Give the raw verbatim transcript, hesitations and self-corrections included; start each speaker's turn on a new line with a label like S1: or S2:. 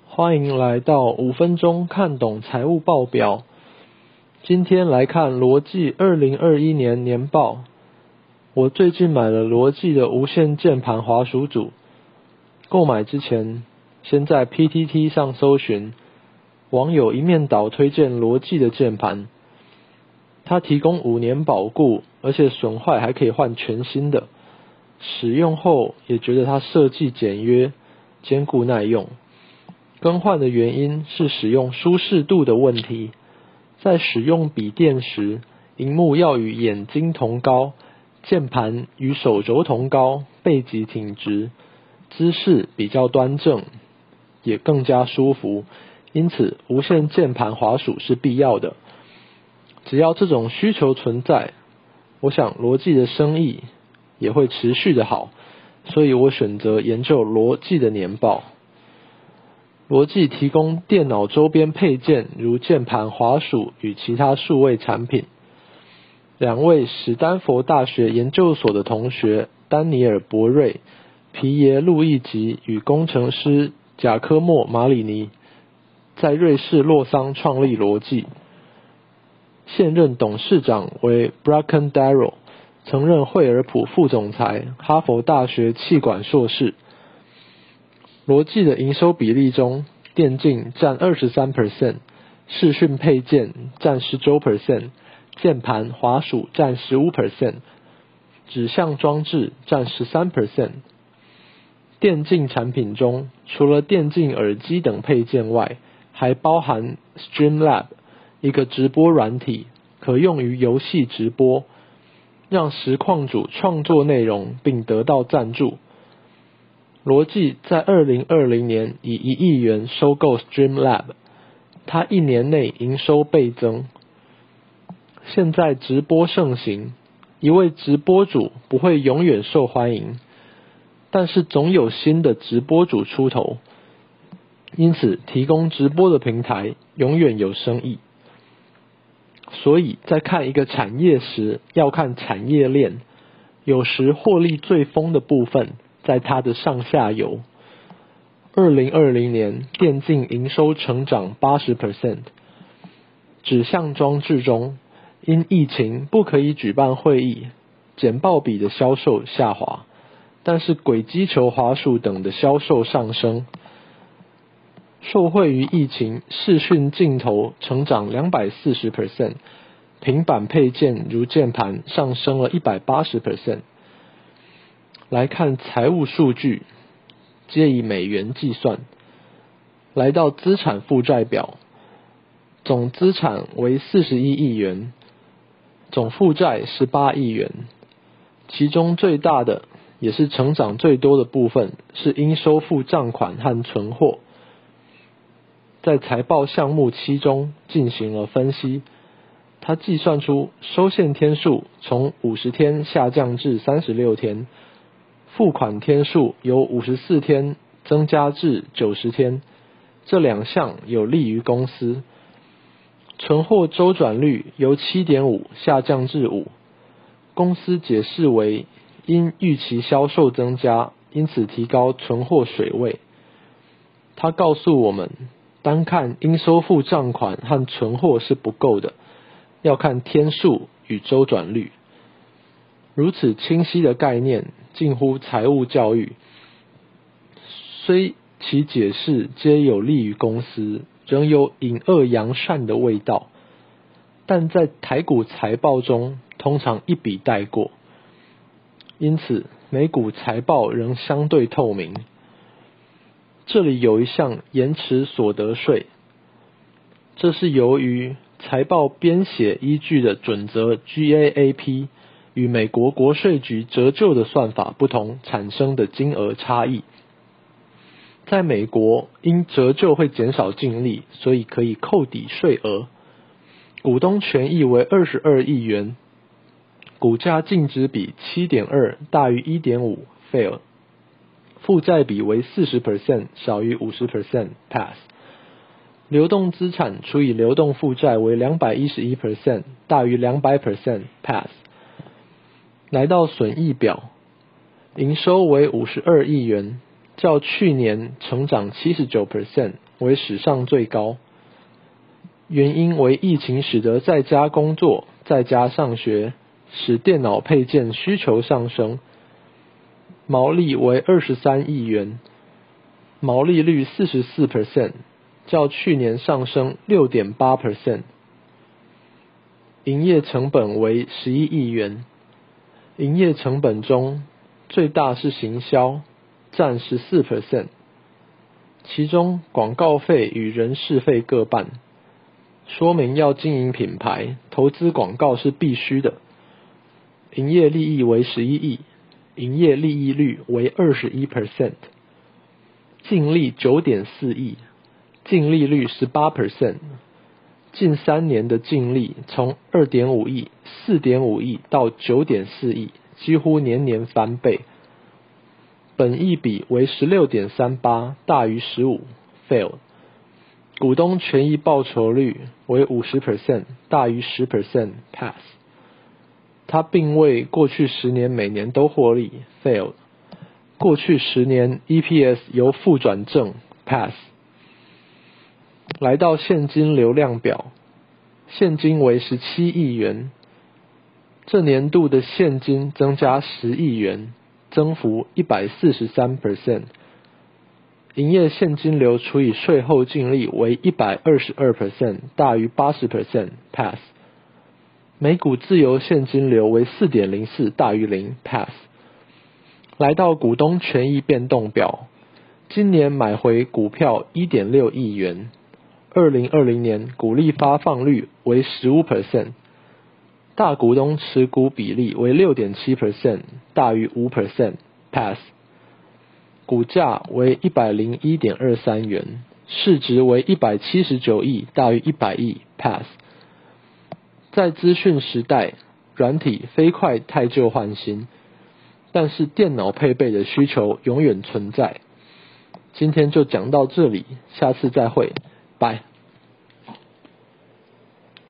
S1: 欢迎来到五分钟看懂财务报表。今天来看罗技二零二一年年报。我最近买了罗技的无线键盘滑鼠组，购买之前先在 P T T 上搜寻，网友一面倒推荐罗技的键盘，它提供五年保固，而且损坏还可以换全新的，使用后也觉得它设计简约，坚固耐用。更换的原因是使用舒适度的问题，在使用笔电时，萤幕要与眼睛同高，键盘与手肘同高，背脊挺直，姿势比较端正，也更加舒服，因此无线键盘滑鼠是必要的。只要这种需求存在，我想罗技的生意也会持续的好，所以我选择研究罗技的年报。罗技提供电脑周边配件，如键盘、滑鼠与其他数位产品。两位史丹佛大学研究所的同学丹尼尔·博瑞、皮耶·路易吉与工程师贾科莫·马里尼，在瑞士洛桑创立罗技。现任董事长为 Bracken Darrell， 曾任惠而浦副总裁，哈佛大学气管硕士。罗技的营收比例中，电竞占 百分之二十三， 视讯配件占 百分之十九， 键盘、滑鼠占 百分之十五， 指向装置占 百分之十三。 电竞产品中，除了电竞耳机等配件外，还包含 Streamlab， 一个直播软体，可用于游戏直播，让实况主创作内容并得到赞助。罗技在二零二零年以一亿元收购 Streamlab， 它一年内营收倍增。现在直播盛行，一位直播主不会永远受欢迎，但是总有新的直播主出头，因此提供直播的平台永远有生意。所以在看一个产业时，要看产业链，有时获利最丰的部分在它的上下游。二零二零年电竞营收成长 百分之八十， 指向装置中因疫情不可以举办会议，简报笔的销售下滑，但是轨迹球滑鼠等的销售上升。受惠于疫情，视讯镜头成长 百分之两百四十， 平板配件如键盘上升了 百分之一百八十。来看财务数据，皆以美元计算。来到资产负债表，总资产为四十一亿元，总负债十八亿元，其中最大的也是成长最多的部分是应收付账款和存货。在财报项目七中进行了分析，他计算出收现天数从五十天下降至三十六天，付款天数由五十四天增加至九十天，这两项有利于公司。存货周转率由 七点五 下降至五，公司解释为因预期销售增加，因此提高存货水位。他告诉我们，单看应收付账款和存货是不够的，要看天数与周转率。如此清晰的概念近乎财务教育，虽其解释皆有利于公司，仍有隐恶扬善的味道，但在台股财报中通常一笔带过，因此美股财报仍相对透明。这里有一项延迟所得税，这是由于财报编写依据的准则 G A A P 与美国国税局折旧的算法不同产生的金额差异。在美国，因折旧会减少净利，所以可以扣抵税额。股东权益为二十二亿元，股价净值比 七点二 大于 一点五 fail， 负债比为 百分之四十 小于 百分之五十 pass， 流动资产除以流动负债为 两百一十一 大于 两百 pass。 来到损益表，营收为五十二亿元， 较去年成长 百分之七十九， 为史上最高。原因为疫情使得在家工作、在家上学，使电脑配件需求上升。毛利为二十三亿元，毛利率 百分之四十四， 较去年上升 百分之六点八。 营业成本为十一亿元，营业成本中最大是行销，占 百分之十四， 其中广告费与人事费各半。说明要经营品牌，投资广告是必须的。营业利益为十一亿，营业利益率为 百分之二十一， 净利 九点四亿，净利率 百分之十八， 近三年的净利从 二点五亿、四点五亿到 九点四亿，几乎年年翻倍。本益比为 十六点三八， 大于十五 fail。 股东权益报酬率为 百分之五十， 大于 百分之十 pass。 它并未过去十年每年都获利 fail。 过去十年 E P S 由负转正 pass。 来到现金流量表，现金为十七亿元，这年度的现金增加十亿元，增幅 一百四十三 percent。 营业现金流除以税后净利为 一百二十二 percent， 大于 八十 percent pass。 每股自由现金流为 四点零四， 大于零 pass。 来到股东权益变动表，今年买回股票 一点六亿元，二零二零年股利发放率为 百分之十五， 大股东持股比例为 六点七 percent， 大于 五 percent pass。 股价为 一百零一点二三元，市值为一百七十九亿，大于一百亿 pass。 在资讯时代，软体飞快汰旧换新，但是电脑配备的需求永远存在。今天就讲到这里，下次再会，拜。